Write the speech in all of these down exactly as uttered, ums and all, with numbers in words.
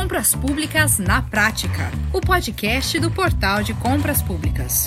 Compras Públicas na Prática, o podcast do Portal de Compras Públicas.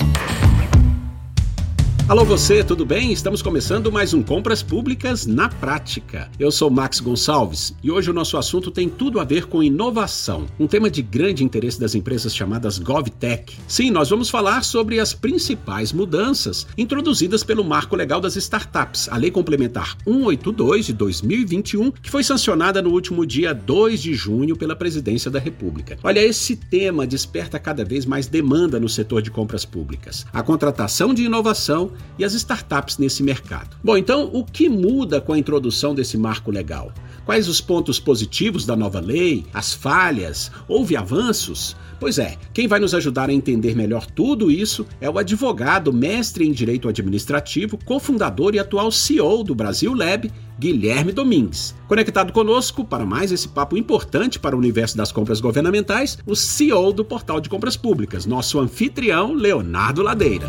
Alô você, tudo bem? Estamos começando mais um Compras Públicas na Prática. Eu sou Max Gonçalves e hoje o nosso assunto tem tudo a ver com inovação, um tema de grande interesse das empresas chamadas GovTech. Sim, nós vamos falar sobre as principais mudanças introduzidas pelo Marco Legal das Startups, a Lei Complementar cento e oitenta e dois de dois mil e vinte e um, que foi sancionada no último dia dois de junho pela Presidência da República. Olha, esse tema desperta cada vez mais demanda no setor de compras públicas, a contratação de inovação e as startups nesse mercado. Bom, então, o que muda com a introdução desse marco legal? Quais os pontos positivos da nova lei? As falhas? Houve avanços? Pois é, quem vai nos ajudar a entender melhor tudo isso é o advogado, mestre em Direito Administrativo, cofundador e atual C E O do Brasil Lab, Guilherme Domingues. Conectado conosco para mais esse papo importante para o universo das compras governamentais, o C E O do Portal de Compras Públicas, nosso anfitrião, Leonardo Ladeira.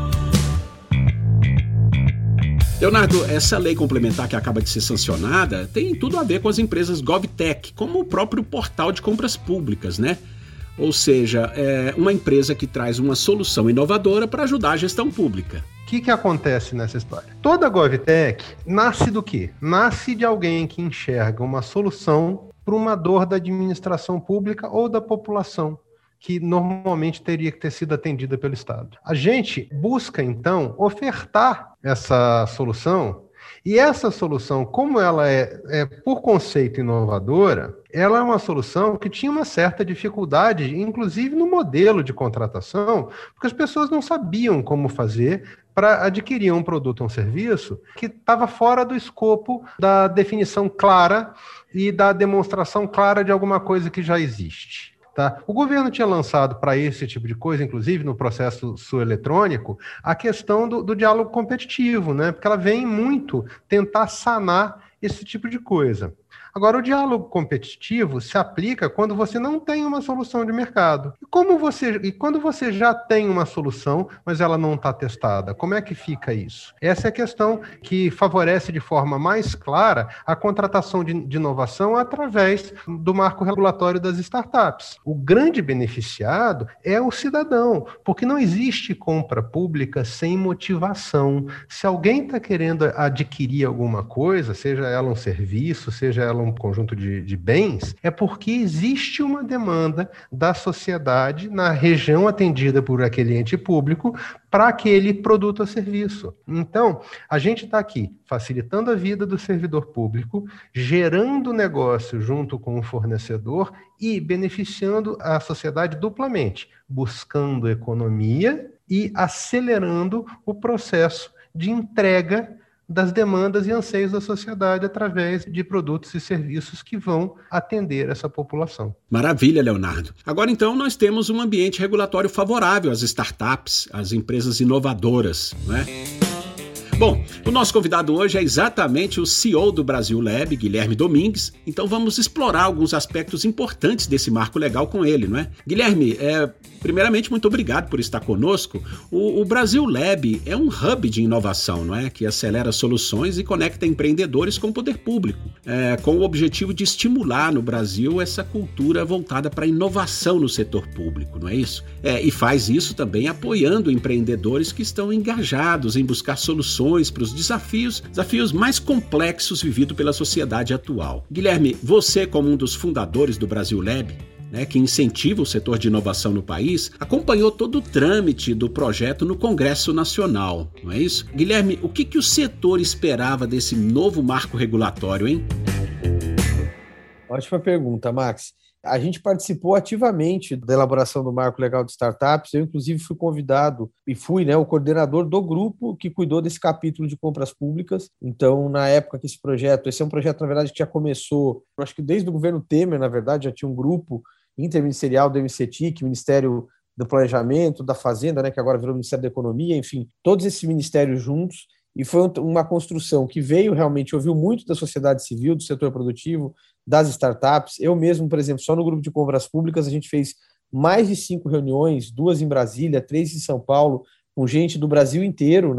Leonardo, essa lei complementar que acaba de ser sancionada tem tudo a ver com as empresas GovTech, como o próprio Portal de Compras Públicas, né? Ou seja, é uma empresa que traz uma solução inovadora para ajudar a gestão pública. O que, que acontece nessa história? Toda GovTech nasce do quê? Nasce de alguém que enxerga uma solução para uma dor da administração pública ou da população, que normalmente teria que ter sido atendida pelo Estado. A gente busca, então, ofertar essa solução, e essa solução, como ela é, é, por conceito, inovadora, ela é uma solução que tinha uma certa dificuldade, inclusive no modelo de contratação, porque as pessoas não sabiam como fazer para adquirir um produto ou um serviço que estava fora do escopo da definição clara e da demonstração clara de alguma coisa que já existe. Tá? O governo tinha lançado para esse tipo de coisa, inclusive no processo sul-eletrônico, a questão do, do diálogo competitivo, né? Porque ela vem muito tentar sanar esse tipo de coisa. Agora, o diálogo competitivo se aplica quando você não tem uma solução de mercado. E, como você, e quando você já tem uma solução, mas ela não está testada, como é que fica isso? Essa é a questão que favorece de forma mais clara a contratação de, de inovação através do marco regulatório das startups. O grande beneficiado é o cidadão, porque não existe compra pública sem motivação. Se alguém está querendo adquirir alguma coisa, seja ela um serviço, seja ela um conjunto de, de bens, é porque existe uma demanda da sociedade na região atendida por aquele ente público para aquele produto ou serviço. Então, a gente está aqui facilitando a vida do servidor público, gerando negócio junto com o fornecedor e beneficiando a sociedade duplamente, buscando economia e acelerando o processo de entrega das demandas e anseios da sociedade através de produtos e serviços que vão atender essa população. Maravilha, Leonardo. Agora, então, nós temos um ambiente regulatório favorável às startups, às empresas inovadoras, né? Bom, o nosso convidado hoje é exatamente o C E O do Brasil Lab, Guilherme Domingues, então vamos explorar alguns aspectos importantes desse marco legal com ele, não é? Guilherme, é, primeiramente, muito obrigado por estar conosco. O, o Brasil Lab é um hub de inovação, não é? Que acelera soluções e conecta empreendedores com o poder público, é, com o objetivo de estimular no Brasil essa cultura voltada para a inovação no setor público, não é isso? É, e faz isso também apoiando empreendedores que estão engajados em buscar soluções para os desafios, desafios mais complexos vividos pela sociedade atual. Guilherme, você como um dos fundadores do Brasil Lab, né, que incentiva o setor de inovação no país, acompanhou todo o trâmite do projeto no Congresso Nacional, não é isso? Guilherme, o que, que o setor esperava desse novo marco regulatório, hein? Ótima pergunta, Max. A gente participou ativamente da elaboração do Marco Legal de Startups. Eu, inclusive, fui convidado e fui, né, o coordenador do grupo que cuidou desse capítulo de compras públicas. Então, na época que esse projeto, esse é um projeto, na verdade, que já começou, eu acho que desde o governo Temer, na verdade, já tinha um grupo interministerial do M C T I C, Ministério do Planejamento, da Fazenda, né, que agora virou Ministério da Economia, enfim, todos esses ministérios juntos. E foi uma construção que veio realmente, ouviu muito da sociedade civil, do setor produtivo, das startups. Eu mesmo, por exemplo, só no grupo de compras públicas, a gente fez mais de cinco reuniões, duas em Brasília, três em São Paulo, com gente do Brasil inteiro, né?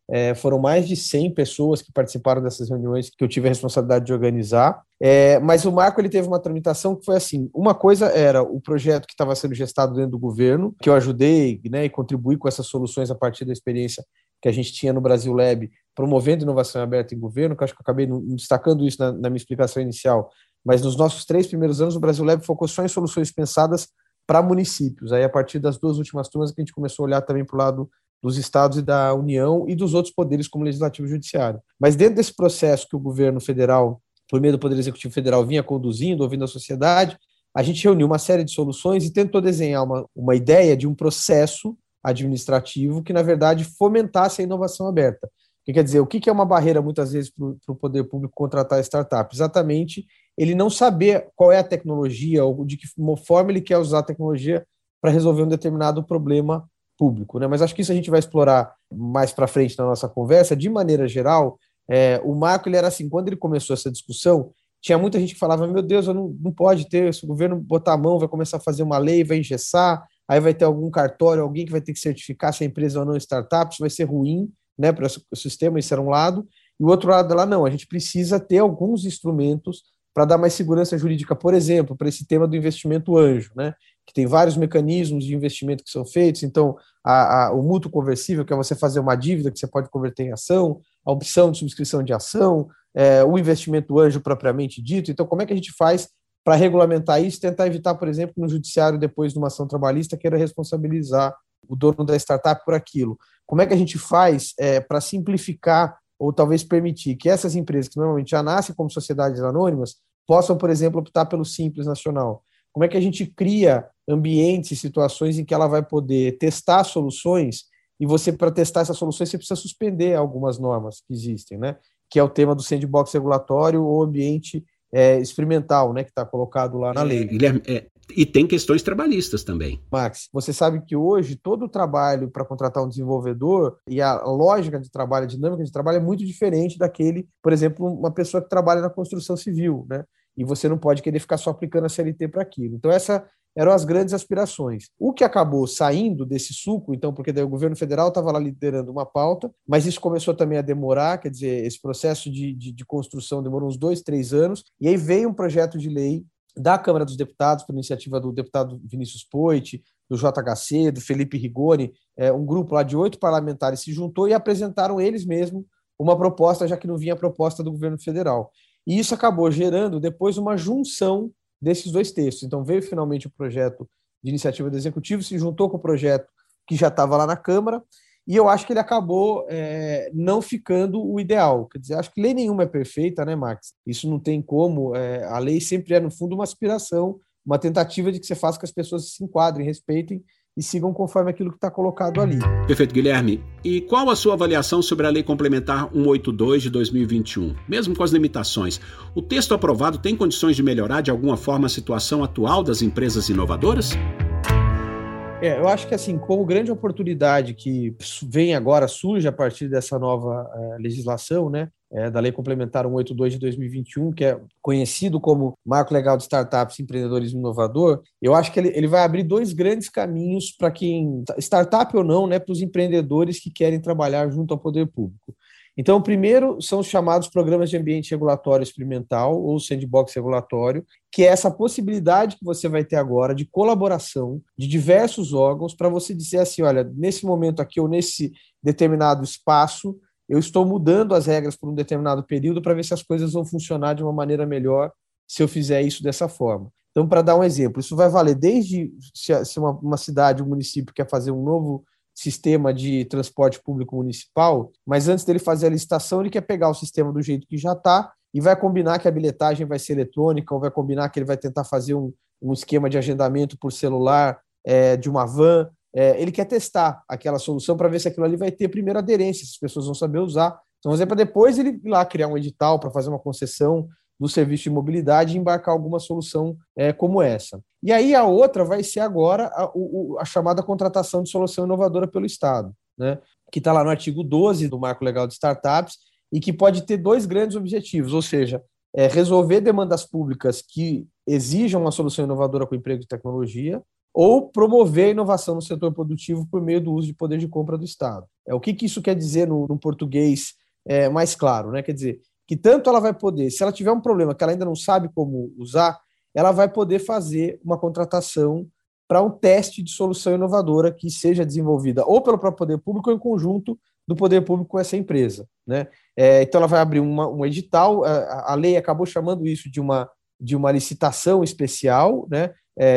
É, foram mais de cem pessoas que participaram dessas reuniões que eu tive a responsabilidade de organizar. É, mas o marco ele teve uma tramitação que foi assim, uma coisa era o projeto que estava sendo gestado dentro do governo, que eu ajudei, né, e contribuí com essas soluções a partir da experiência que a gente tinha no Brasil Lab, promovendo inovação aberta em governo, que eu acho que eu acabei destacando isso na, na minha explicação inicial, mas nos nossos três primeiros anos o Brasil Lab focou só em soluções pensadas para municípios. Aí a partir das duas últimas turmas que a gente começou a olhar também para o lado dos estados e da União e dos outros poderes como Legislativo e Judiciário. Mas dentro desse processo que o governo federal, por meio do Poder Executivo Federal, vinha conduzindo, ouvindo a sociedade, a gente reuniu uma série de soluções e tentou desenhar uma, uma ideia de um processo administrativo que, na verdade, fomentasse a inovação aberta. O que quer dizer? O que é uma barreira, muitas vezes, para o poder público contratar startup? Exatamente ele não saber qual é a tecnologia ou de que forma ele quer usar a tecnologia para resolver um determinado problema público, né? Mas acho que isso a gente vai explorar mais para frente na nossa conversa. De maneira geral, é, o marco ele era assim, quando ele começou essa discussão, tinha muita gente que falava, meu Deus, eu não, não pode ter, se o governo botar a mão, vai começar a fazer uma lei, vai engessar, aí vai ter algum cartório, alguém que vai ter que certificar se a empresa ou não é startup, isso vai ser ruim, né, para o sistema, isso era um lado, e o outro lado lá, não, a gente precisa ter alguns instrumentos para dar mais segurança jurídica, por exemplo, para esse tema do investimento anjo, né, que tem vários mecanismos de investimento que são feitos, então a, a, o mútuo conversível, que é você fazer uma dívida que você pode converter em ação, a opção de subscrição de ação, é, o investimento anjo propriamente dito. Então, como é que a gente faz para regulamentar isso, tentar evitar, por exemplo, que no judiciário, depois de uma ação trabalhista, queira responsabilizar o dono da startup por aquilo? Como é que a gente faz é, para simplificar ou talvez permitir que essas empresas, que normalmente já nascem como sociedades anônimas, possam, por exemplo, optar pelo Simples Nacional? Como é que a gente cria ambientes e situações em que ela vai poder testar soluções e você, para testar essas soluções, você precisa suspender algumas normas que existem, né? Que é o tema do sandbox regulatório ou ambiente é, experimental, né? Que está colocado lá na lei. É, Guilherme, é, e tem questões trabalhistas também. Max, você sabe que hoje todo o trabalho para contratar um desenvolvedor e a lógica de trabalho, a dinâmica de trabalho é muito diferente daquele, por exemplo, uma pessoa que trabalha na construção civil, né? E você não pode querer ficar só aplicando a C L T para aquilo. Então, essas eram as grandes aspirações. O que acabou saindo desse suco, então, porque daí o governo federal estava lá liderando uma pauta, mas isso começou também a demorar, quer dizer, esse processo de, de, de construção demorou uns dois, três anos, e aí veio um projeto de lei da Câmara dos Deputados, por iniciativa do deputado Vinícius Poit, do J H C, do Felipe Rigoni, é, um grupo lá de oito parlamentares se juntou e apresentaram eles mesmos uma proposta, já que não vinha a proposta do governo federal. E isso acabou gerando depois uma junção desses dois textos. Então veio finalmente o projeto de iniciativa do Executivo, se juntou com o projeto que já estava lá na Câmara, e eu acho que ele acabou é, não ficando o ideal. Quer dizer, acho que lei nenhuma é perfeita, né, Max? Isso não tem como. É, a lei sempre é, no fundo, uma aspiração, uma tentativa de que você faça que as pessoas se enquadrem, respeitem e sigam conforme aquilo que está colocado ali. Perfeito, Guilherme. E qual a sua avaliação sobre a Lei Complementar cento e oitenta e dois de dois mil e vinte e um? Mesmo com as limitações, o texto aprovado tem condições de melhorar de alguma forma a situação atual das empresas inovadoras? É, eu acho que assim, como grande oportunidade que vem agora, surge a partir dessa nova é, legislação, né, é, da Lei Complementar cento e oitenta e dois de dois mil e vinte e um, que é conhecido como Marco Legal de Startups e Empreendedorismo Inovador, eu acho que ele, ele vai abrir dois grandes caminhos para quem, startup ou não, né, para os empreendedores que querem trabalhar junto ao poder público. Então, o primeiro são os chamados programas de ambiente regulatório experimental, ou sandbox regulatório, que é essa possibilidade que você vai ter agora de colaboração de diversos órgãos para você dizer assim, olha, nesse momento aqui ou nesse determinado espaço, eu estou mudando as regras por um determinado período para ver se as coisas vão funcionar de uma maneira melhor se eu fizer isso dessa forma. Então, para dar um exemplo, isso vai valer desde se uma, uma cidade, um município quer fazer um novo sistema de transporte público municipal, mas antes dele fazer a licitação, ele quer pegar o sistema do jeito que já está e vai combinar que a bilhetagem vai ser eletrônica, ou vai combinar que ele vai tentar fazer um, um esquema de agendamento por celular é, de uma van. É, ele quer testar aquela solução para ver se aquilo ali vai ter primeiro aderência, se as pessoas vão saber usar. Então, para depois ele ir lá criar um edital para fazer uma concessão do serviço de mobilidade e embarcar alguma solução é, como essa. E aí a outra vai ser agora a, o, a chamada contratação de solução inovadora pelo Estado, né? Que está lá no artigo doze do Marco Legal de Startups e que pode ter dois grandes objetivos, ou seja, é, resolver demandas públicas que exijam uma solução inovadora com emprego de tecnologia, ou promover a inovação no setor produtivo por meio do uso de poder de compra do Estado. É, o que, que isso quer dizer no, no português é, mais claro, né? Quer dizer, que tanto ela vai poder, se ela tiver um problema que ela ainda não sabe como usar, ela vai poder fazer uma contratação para um teste de solução inovadora que seja desenvolvida ou pelo próprio poder público ou em conjunto do poder público com essa empresa, né? É, então ela vai abrir uma, um edital, a, a lei acabou chamando isso de uma, de uma licitação especial, né?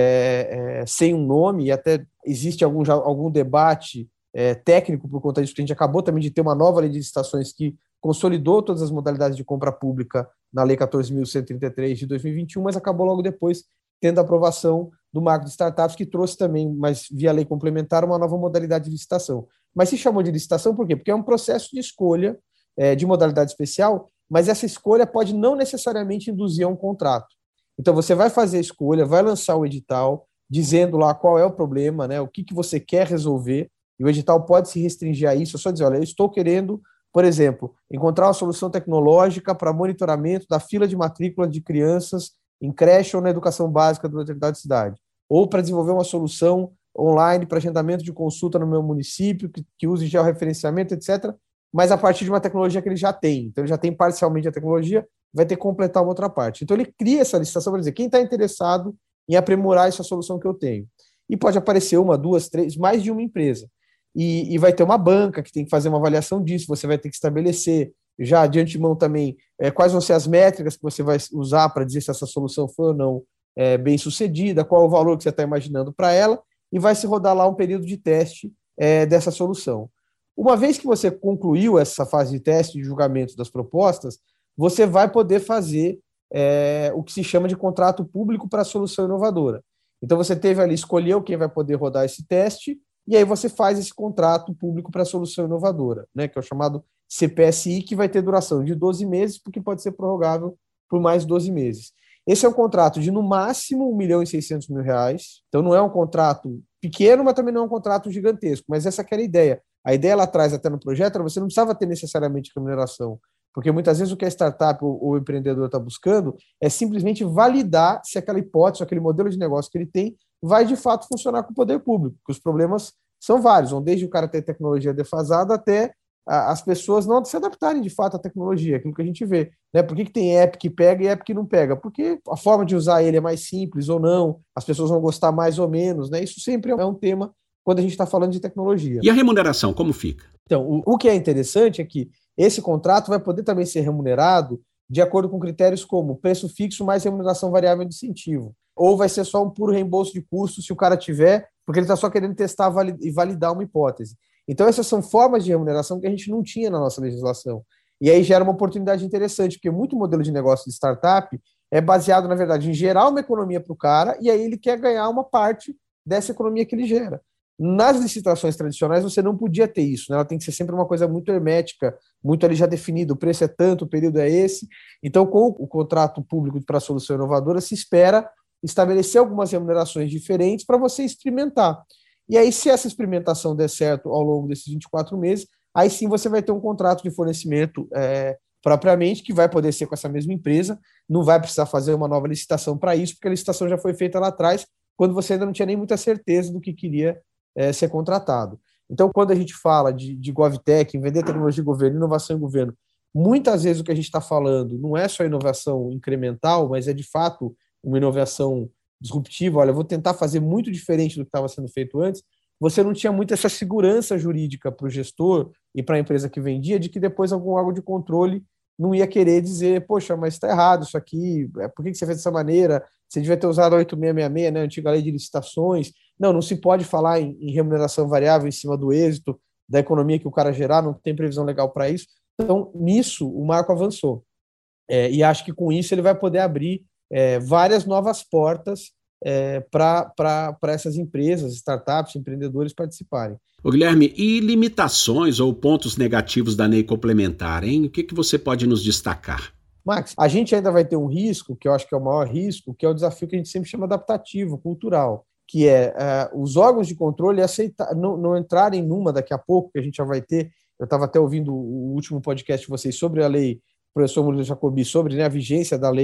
É, é, sem um nome, e até existe algum, já, algum debate é, técnico por conta disso, que a gente acabou também de ter uma nova lei de licitações que consolidou todas as modalidades de compra pública na Lei quatorze mil cento e trinta e três de dois mil e vinte e um, mas acabou logo depois tendo a aprovação do Marco de Startups, que trouxe também, mas via lei complementar, uma nova modalidade de licitação. Mas se chamou de licitação por quê? Porque é um processo de escolha é, de modalidade especial, mas essa escolha pode não necessariamente induzir a um contrato. Então você vai fazer a escolha, vai lançar o edital, dizendo lá qual é o problema, né, o que, que você quer resolver, e o edital pode se restringir a isso, é só dizer, olha, eu estou querendo, por exemplo, encontrar uma solução tecnológica para monitoramento da fila de matrícula de crianças em creche ou na educação básica de uma determinada cidade, ou para desenvolver uma solução online para agendamento de consulta no meu município, que, que use georreferenciamento, etcétera, mas a partir de uma tecnologia que ele já tem. Então, ele já tem parcialmente a tecnologia, vai ter que completar uma outra parte. Então, ele cria essa licitação para dizer quem está interessado em aprimorar essa solução que eu tenho. E pode aparecer uma, duas, três, mais de uma empresa. E, e vai ter uma banca que tem que fazer uma avaliação disso, você vai ter que estabelecer já de antemão também é, quais vão ser as métricas que você vai usar para dizer se essa solução foi ou não é, bem sucedida, qual o valor que você está imaginando para ela, e vai se rodar lá um período de teste é, dessa solução. Uma vez que você concluiu essa fase de teste de julgamento das propostas, você vai poder fazer é, o que se chama de contrato público para a solução inovadora. Então você teve ali, escolheu quem vai poder rodar esse teste, e aí você faz esse contrato público para a solução inovadora, né, que é o chamado C P S I, que vai ter duração de doze meses, porque pode ser prorrogável por mais doze meses. Esse é um contrato de, no máximo, um milhão e seiscentos mil reais. Então, não é um contrato pequeno, mas também não é um contrato gigantesco. Mas essa que era a ideia. A ideia lá atrás, até no projeto, era você não precisava ter necessariamente remuneração. Porque muitas vezes o que a startup ou o empreendedor está buscando é simplesmente validar se aquela hipótese, aquele modelo de negócio que ele tem, vai de fato funcionar com o poder público. Porque os problemas são vários, vão desde o cara ter tecnologia defasada até as pessoas não se adaptarem de fato à tecnologia, aquilo que a gente vê, né? Por que, que tem app que pega e app que não pega? Porque a forma de usar ele é mais simples ou não, as pessoas vão gostar mais ou menos, né? Isso sempre é um tema quando a gente está falando de tecnologia. E a remuneração, como fica? Então, o, o que é interessante é que esse contrato vai poder também ser remunerado de acordo com critérios como preço fixo mais remuneração variável de incentivo. Ou vai ser só um puro reembolso de custos se o cara tiver, porque ele está só querendo testar e validar uma hipótese. Então, essas são formas de remuneração que a gente não tinha na nossa legislação. E aí gera uma oportunidade interessante, porque muito modelo de negócio de startup é baseado, na verdade, em gerar uma economia para o cara, e aí ele quer ganhar uma parte dessa economia que ele gera. Nas licitações tradicionais, você não podia ter isso, né? Ela tem que ser sempre uma coisa muito hermética, muito ali já definida, o preço é tanto, o período é esse. Então, com o contrato público para a solução inovadora, se espera estabelecer algumas remunerações diferentes para você experimentar. E aí, se essa experimentação der certo ao longo desses vinte e quatro meses, aí sim você vai ter um contrato de fornecimento é, propriamente, que vai poder ser com essa mesma empresa, não vai precisar fazer uma nova licitação para isso, porque a licitação já foi feita lá atrás, quando você ainda não tinha nem muita certeza do que queria é, ser contratado. Então, quando a gente fala de, de GovTech, em vender tecnologia de governo, inovação em governo, muitas vezes o que a gente está falando não é só inovação incremental, mas é de fato uma inovação disruptiva. Olha, eu vou tentar fazer muito diferente do que estava sendo feito antes. Você não tinha muito essa segurança jurídica para o gestor e para a empresa que vendia de que depois algum órgão de controle não ia querer dizer, poxa, mas está errado isso aqui, por que você fez dessa maneira? Você devia ter usado a oito seis seis seis, né, a antiga lei de licitações. Não, não se pode falar em, em remuneração variável em cima do êxito da economia que o cara gerar, não tem previsão legal para isso. Então, nisso, o Marco avançou. É, e acho que com isso ele vai poder abrir É, várias novas portas é, para essas empresas, startups, empreendedores participarem. Ô Guilherme, e limitações ou pontos negativos da lei complementar, hein? O que, que você pode nos destacar? Max, a gente ainda vai ter um risco, que eu acho que é o maior risco, que é o desafio que a gente sempre chama adaptativo, cultural, que é, é os órgãos de controle aceitar, não, não entrarem numa daqui a pouco, que a gente já vai ter. Eu estava até ouvindo o último podcast de vocês sobre a lei, o professor Murilo Jacobi, sobre, né, a vigência da lei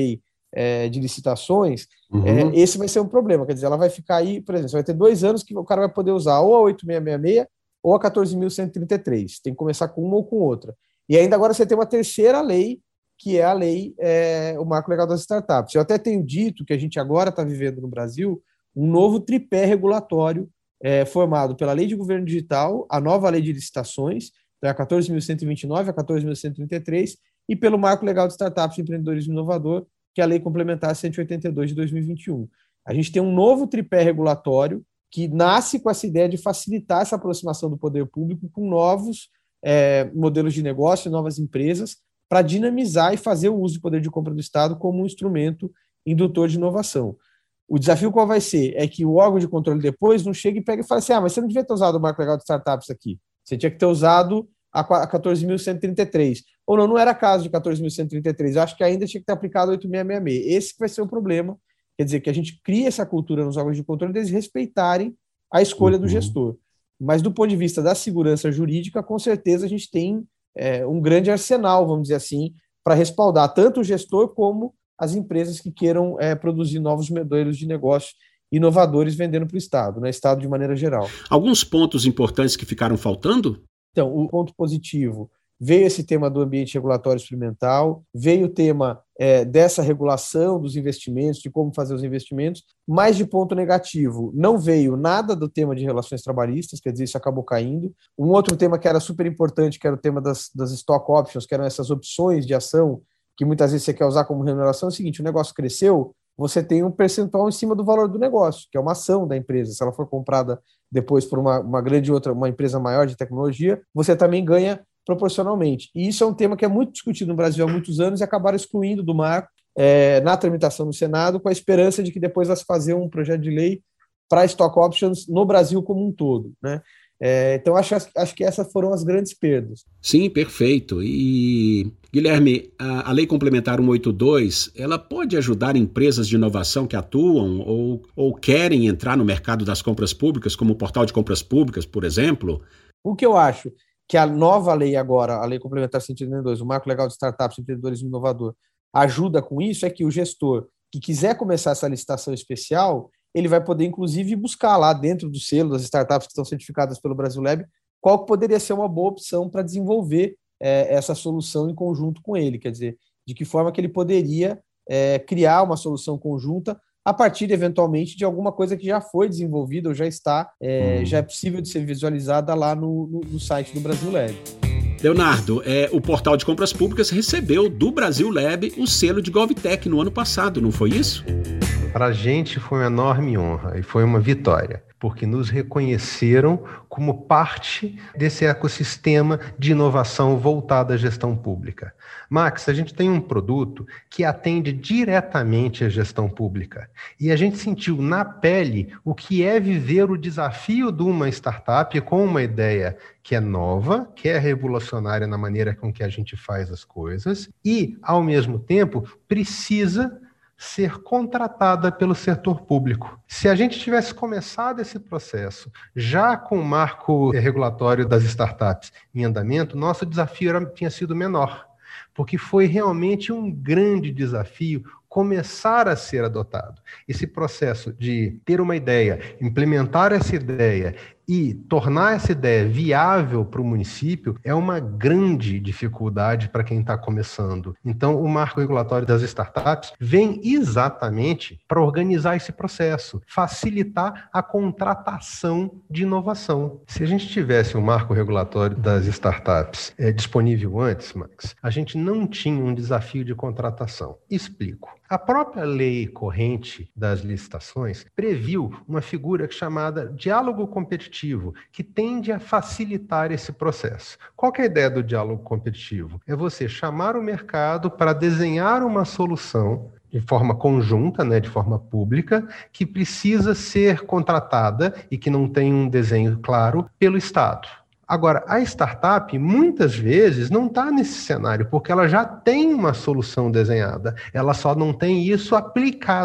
é, de licitações, Uhum. é, esse vai ser um problema. Quer dizer, ela vai ficar aí, por exemplo, você vai ter dois anos que o cara vai poder usar ou a oito mil seiscentos e sessenta e seis ou a quatorze mil cento e trinta e três. Tem que começar com uma ou com outra. E ainda agora você tem uma terceira lei, que é a lei, é, o Marco Legal das Startups. Eu até tenho dito que a gente agora está vivendo no Brasil um novo tripé regulatório é, formado pela Lei de Governo Digital, a nova Lei de Licitações, então é a quatorze mil cento e vinte e nove, a quatorze mil cento e trinta e três, e pelo Marco Legal de Startups e Empreendedorismo Inovador, que é a Lei Complementar cento e oitenta e dois de dois mil e vinte e um. A gente tem um novo tripé regulatório que nasce com essa ideia de facilitar essa aproximação do poder público com novos é, modelos de negócio, novas empresas, para dinamizar e fazer o uso do poder de compra do Estado como um instrumento indutor de inovação. O desafio qual vai ser? É que o órgão de controle depois não chega e pega e fala assim, ah, mas você não devia ter usado o Marco Legal de Startups aqui, você tinha que ter usado a quatorze mil cento e trinta e três. Ou não, não era caso de quatorze mil cento e trinta e três, eu acho que ainda tinha que ter aplicado oito mil seiscentos e sessenta e seis. Esse que vai ser o problema, quer dizer, que a gente cria essa cultura nos órgãos de controle deles respeitarem a escolha Uhum. do gestor. Mas do ponto de vista da segurança jurídica, com certeza a gente tem é, um grande arsenal, vamos dizer assim, para respaldar tanto o gestor como as empresas que queiram é, produzir novos modelos de negócio inovadores vendendo para o Estado, né? Estado de maneira geral. Alguns pontos importantes que ficaram faltando? Então, o ponto positivo, veio esse tema do ambiente regulatório experimental, veio o tema é, dessa regulação dos investimentos, de como fazer os investimentos, mas de ponto negativo, não veio nada do tema de relações trabalhistas, quer dizer, isso acabou caindo. Um outro tema que era super importante, que era o tema das, das stock options, que eram essas opções de ação, que muitas vezes você quer usar como remuneração, é o seguinte, o negócio cresceu, você tem um percentual em cima do valor do negócio, que é uma ação da empresa. Se ela for comprada depois por uma, uma grande outra, uma empresa maior de tecnologia, você também ganha proporcionalmente. E isso é um tema que é muito discutido no Brasil há muitos anos e acabaram excluindo do marco é, na tramitação no Senado, com a esperança de que depois vai se fazer um projeto de lei para stock options no Brasil como um todo, né? É, então, acho, acho que essas foram as grandes perdas. Sim, perfeito. E, Guilherme, a, a Lei Complementar cento e oitenta e dois, ela pode ajudar empresas de inovação que atuam ou, ou querem entrar no mercado das compras públicas, como o portal de compras públicas, por exemplo? O que eu acho que a nova lei agora, a Lei Complementar cento e oitenta e dois, o Marco Legal de Startups e Empreendedorismo Inovador, ajuda com isso, é que o gestor que quiser começar essa licitação especial, ele vai poder, inclusive, buscar lá dentro do selo das startups que estão certificadas pelo Brasil Lab, qual poderia ser uma boa opção para desenvolver é, essa solução em conjunto com ele, quer dizer, de que forma que ele poderia é, criar uma solução conjunta a partir, eventualmente, de alguma coisa que já foi desenvolvida ou já está, é, já é possível de ser visualizada lá no, no, no site do Brasil Lab. Leonardo, é, o portal de compras públicas recebeu do Brasil Lab o selo de GovTech no ano passado, não foi isso? Para a gente foi uma enorme honra e foi uma vitória, porque nos reconheceram como parte desse ecossistema de inovação voltado à gestão pública. Max, a gente tem um produto que atende diretamente à gestão pública e a gente sentiu na pele o que é viver o desafio de uma startup com uma ideia que é nova, que é revolucionária na maneira com que a gente faz as coisas e, ao mesmo tempo, precisa ser contratada pelo setor público. Se a gente tivesse começado esse processo já com o marco regulatório das startups em andamento, nosso desafio era, tinha sido menor, porque foi realmente um grande desafio começar a ser adotado. Esse processo de ter uma ideia, implementar essa ideia e tornar essa ideia viável para o município é uma grande dificuldade para quem está começando. Então, o marco regulatório das startups vem exatamente para organizar esse processo, facilitar a contratação de inovação. Se a gente tivesse o marco regulatório das startups é, disponível antes, Max, a gente não tinha um desafio de contratação. Explico. A própria lei corrente das licitações previu uma figura chamada diálogo competitivo, que tende a facilitar esse processo. Qual que é a ideia do diálogo competitivo? É você chamar o mercado para desenhar uma solução de forma conjunta, né, de forma pública, que precisa ser contratada e que não tem um desenho claro pelo Estado. Agora, a startup, muitas vezes, não está nesse cenário, porque ela já tem uma solução desenhada, ela só não tem isso aplicado.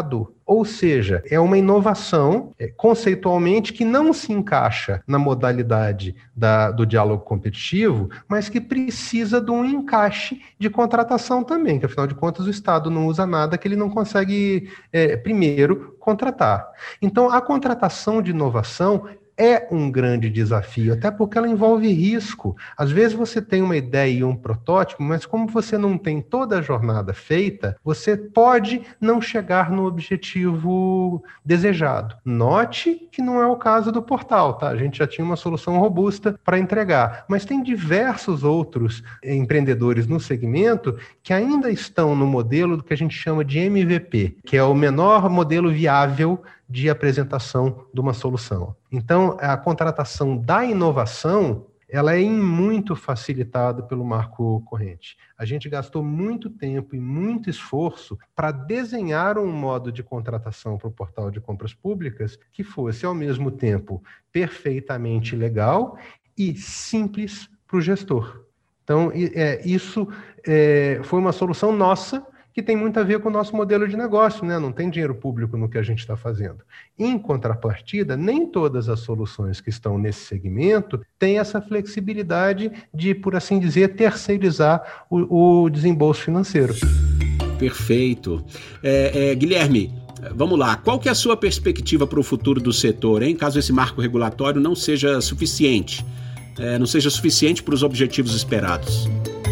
Ou seja, é uma inovação, é, conceitualmente, que não se encaixa na modalidade da, do diálogo competitivo, mas que precisa de um encaixe de contratação também, que afinal de contas o Estado não usa nada que ele não consegue, é, primeiro, contratar. Então, a contratação de inovação é um grande desafio, até porque ela envolve risco. Às vezes você tem uma ideia e um protótipo, mas como você não tem toda a jornada feita, você pode não chegar no objetivo desejado. Note que não é o caso do portal, tá? A gente já tinha uma solução robusta para entregar, mas tem diversos outros empreendedores no segmento que ainda estão no modelo do que a gente chama de M V P, que é o menor modelo viável de apresentação de uma solução. Então, a contratação da inovação, ela é em muito facilitada pelo marco corrente. A gente gastou muito tempo e muito esforço para desenhar um modo de contratação para o portal de compras públicas que fosse, ao mesmo tempo, perfeitamente legal e simples para o gestor. Então, é, isso é, foi uma solução nossa, que tem muito a ver com o nosso modelo de negócio, né? Não tem dinheiro público no que a gente está fazendo. Em contrapartida, nem todas as soluções que estão nesse segmento têm essa flexibilidade de, por assim dizer, terceirizar o, o desembolso financeiro. Perfeito. É, é, Guilherme, vamos lá. Qual que é a sua perspectiva para o futuro do setor, hein? Caso esse marco regulatório não seja suficiente, é, não seja suficiente para os objetivos esperados?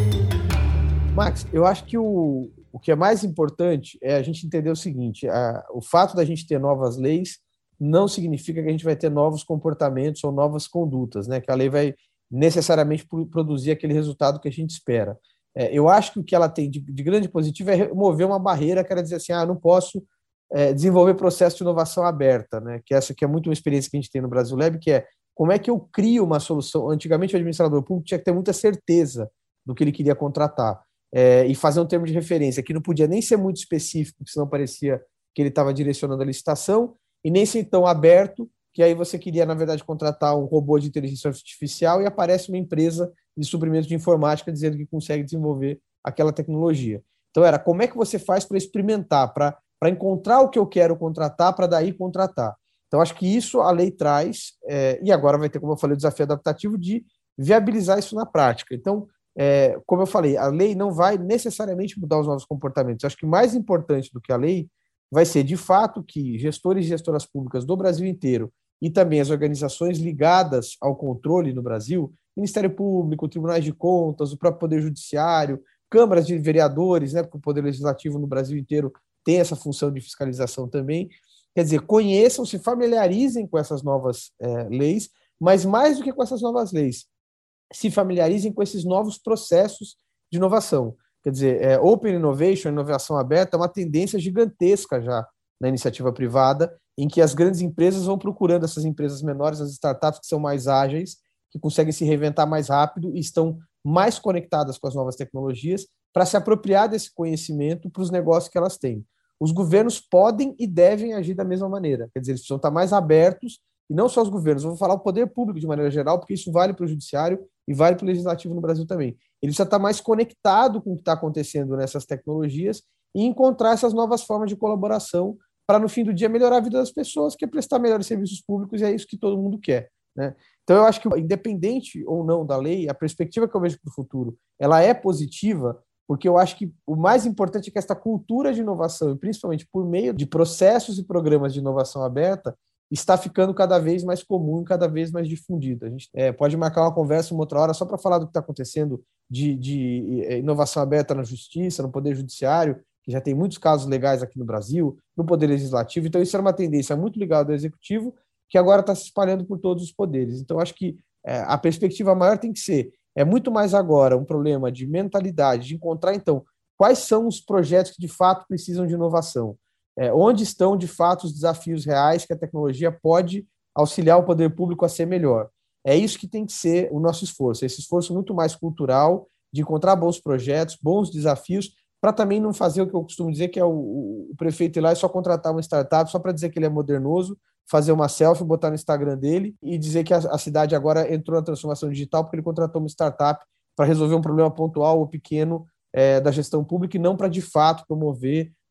Max, eu acho que o, o que é mais importante é a gente entender o seguinte: a, o fato da gente ter novas leis não significa que a gente vai ter novos comportamentos ou novas condutas, né? Que a lei vai necessariamente produzir aquele resultado que a gente espera. É, eu acho que o que ela tem de, de grande positivo é remover uma barreira, que era dizer assim, ah, eu não posso é, desenvolver processo de inovação aberta, né? Que essa que é muito uma experiência que a gente tem no Brasil Lab, que é como é que eu crio uma solução. Antigamente o administrador público tinha que ter muita certeza do que ele queria contratar. É, e fazer um termo de referência que não podia nem ser muito específico, porque senão parecia que ele estava direcionando a licitação, e nem ser tão aberto, que aí você queria, na verdade, contratar um robô de inteligência artificial e aparece uma empresa de suprimento de informática dizendo que consegue desenvolver aquela tecnologia. Então, era como é que você faz para experimentar, para encontrar o que eu quero contratar, para daí contratar. Então, acho que isso a lei traz, é, e agora vai ter, como eu falei, o desafio adaptativo de viabilizar isso na prática. Então, É, como eu falei, a lei não vai necessariamente mudar os novos comportamentos. Acho que mais importante do que a lei vai ser, de fato, que gestores e gestoras públicas do Brasil inteiro e também as organizações ligadas ao controle no Brasil, Ministério Público, Tribunais de Contas, o próprio Poder Judiciário, câmaras de vereadores, né, porque o Poder Legislativo no Brasil inteiro tem essa função de fiscalização também. Quer dizer, conheçam, se familiarizem com essas novas é, leis, mas mais do que com essas novas leis, se familiarizem com esses novos processos de inovação. Quer dizer, é, Open Innovation, inovação aberta, é uma tendência gigantesca já na iniciativa privada, em que as grandes empresas vão procurando essas empresas menores, as startups que são mais ágeis, que conseguem se reinventar mais rápido e estão mais conectadas com as novas tecnologias para se apropriar desse conhecimento para os negócios que elas têm. Os governos podem e devem agir da mesma maneira. Quer dizer, eles precisam estar mais abertos, e não só os governos, eu vou falar o poder público de maneira geral, porque isso vale para o judiciário e vale para o legislativo no Brasil também. Ele precisa estar mais conectado com o que está acontecendo nessas tecnologias e encontrar essas novas formas de colaboração para, no fim do dia, melhorar a vida das pessoas, que é prestar melhores serviços públicos, e é isso que todo mundo quer, né? Então, eu acho que, independente ou não da lei, a perspectiva que eu vejo para o futuro, ela é positiva, porque eu acho que o mais importante é que essa cultura de inovação, e principalmente por meio de processos e programas de inovação aberta, está ficando cada vez mais comum e cada vez mais difundido. A gente é, pode marcar uma conversa uma outra hora só para falar do que está acontecendo de, de inovação aberta na justiça, no Poder Judiciário, que já tem muitos casos legais aqui no Brasil, no Poder Legislativo. Então, isso era uma tendência muito ligada ao Executivo, que agora está se espalhando por todos os poderes. Então, acho que é, a perspectiva maior tem que ser, é muito mais agora um problema de mentalidade, de encontrar, então, quais são os projetos que de fato precisam de inovação. É, onde estão, de fato, os desafios reais que a tecnologia pode auxiliar o poder público a ser melhor. É isso que tem que ser o nosso esforço, esse esforço muito mais cultural, de encontrar bons projetos, bons desafios, para também não fazer o que eu costumo dizer, que é o, o prefeito ir lá e só contratar uma startup, só para dizer que ele é modernoso, fazer uma selfie, botar no Instagram dele e dizer que a, a cidade agora entrou na transformação digital porque ele contratou uma startup para resolver um problema pontual ou pequeno é, da gestão pública e não para, de fato, promover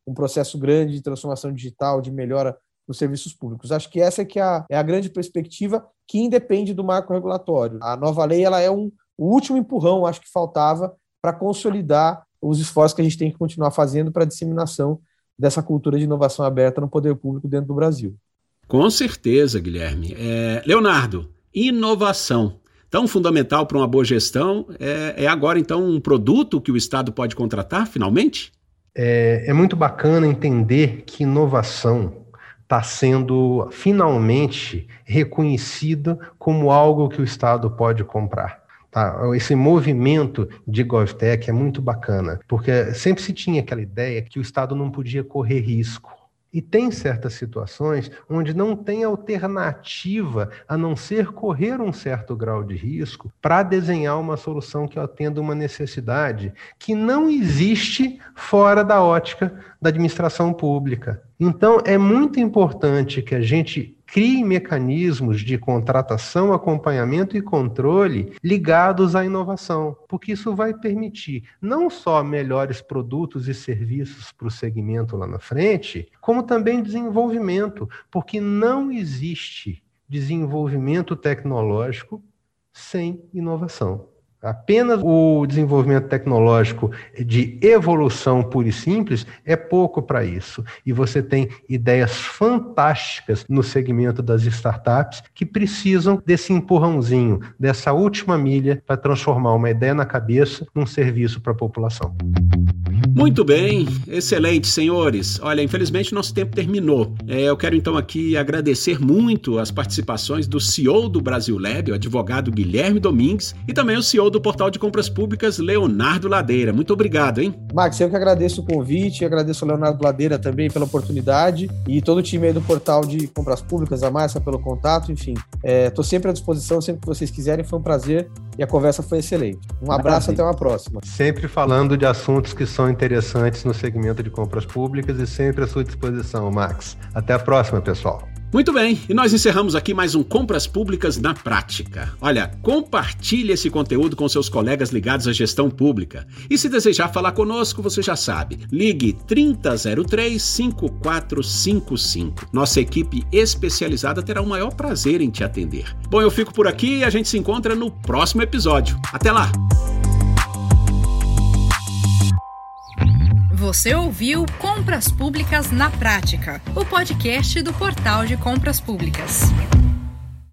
um processo grande de transformação digital, de melhora nos serviços públicos. Acho que essa é, que é, a, é a grande perspectiva que independe do marco regulatório. A nova lei ela é um, o último empurrão, acho que faltava, para consolidar os esforços que a gente tem que continuar fazendo para a disseminação dessa cultura de inovação aberta no poder público dentro do Brasil. Com certeza, Guilherme. É, Leonardo, inovação. Tão fundamental para uma boa gestão, é, é agora, então, um produto que o Estado pode contratar, finalmente? É, é muito bacana entender que inovação está sendo finalmente reconhecida como algo que o Estado pode comprar. Tá? Esse movimento de GovTech é muito bacana, porque sempre se tinha aquela ideia que o Estado não podia correr risco. E tem certas situações onde não tem alternativa a não ser correr um certo grau de risco para desenhar uma solução que atenda uma necessidade que não existe fora da ótica da administração pública. Então, é muito importante que a gente crie mecanismos de contratação, acompanhamento e controle ligados à inovação, porque isso vai permitir não só melhores produtos e serviços para o segmento lá na frente, como também desenvolvimento, porque não existe desenvolvimento tecnológico sem inovação. Apenas o desenvolvimento tecnológico de evolução pura e simples é pouco para isso. E você tem ideias fantásticas no segmento das startups que precisam desse empurrãozinho, dessa última milha para transformar uma ideia na cabeça num serviço para a população. Muito bem, excelente, senhores. Olha, infelizmente nosso tempo terminou. É, eu quero então aqui agradecer muito as participações do C E O do Brasil Lab, o advogado Guilherme Domingues, e também o C E O do Portal de Compras Públicas, Leonardo Ladeira. Muito obrigado, hein? Max, eu que agradeço o convite, agradeço ao Leonardo Ladeira também pela oportunidade e todo o time aí do Portal de Compras Públicas, a Márcia pelo contato, enfim. Estou é, sempre à disposição, sempre que vocês quiserem, foi um prazer e a conversa foi excelente. Um abraço, até uma próxima. Sempre falando de assuntos que são interessantes no segmento de compras públicas e sempre à sua disposição, Max. Até a próxima, pessoal. Muito bem, e nós encerramos aqui mais um Compras Públicas na Prática. Olha, compartilhe esse conteúdo com seus colegas ligados à gestão pública. E se desejar falar conosco, você já sabe, ligue trinta zero três, cinco quatro cinco cinco. Nossa equipe especializada terá o maior prazer em te atender. Bom, eu fico por aqui e a gente se encontra no próximo episódio. Até lá! Você ouviu Compras Públicas na Prática, o podcast do Portal de Compras Públicas.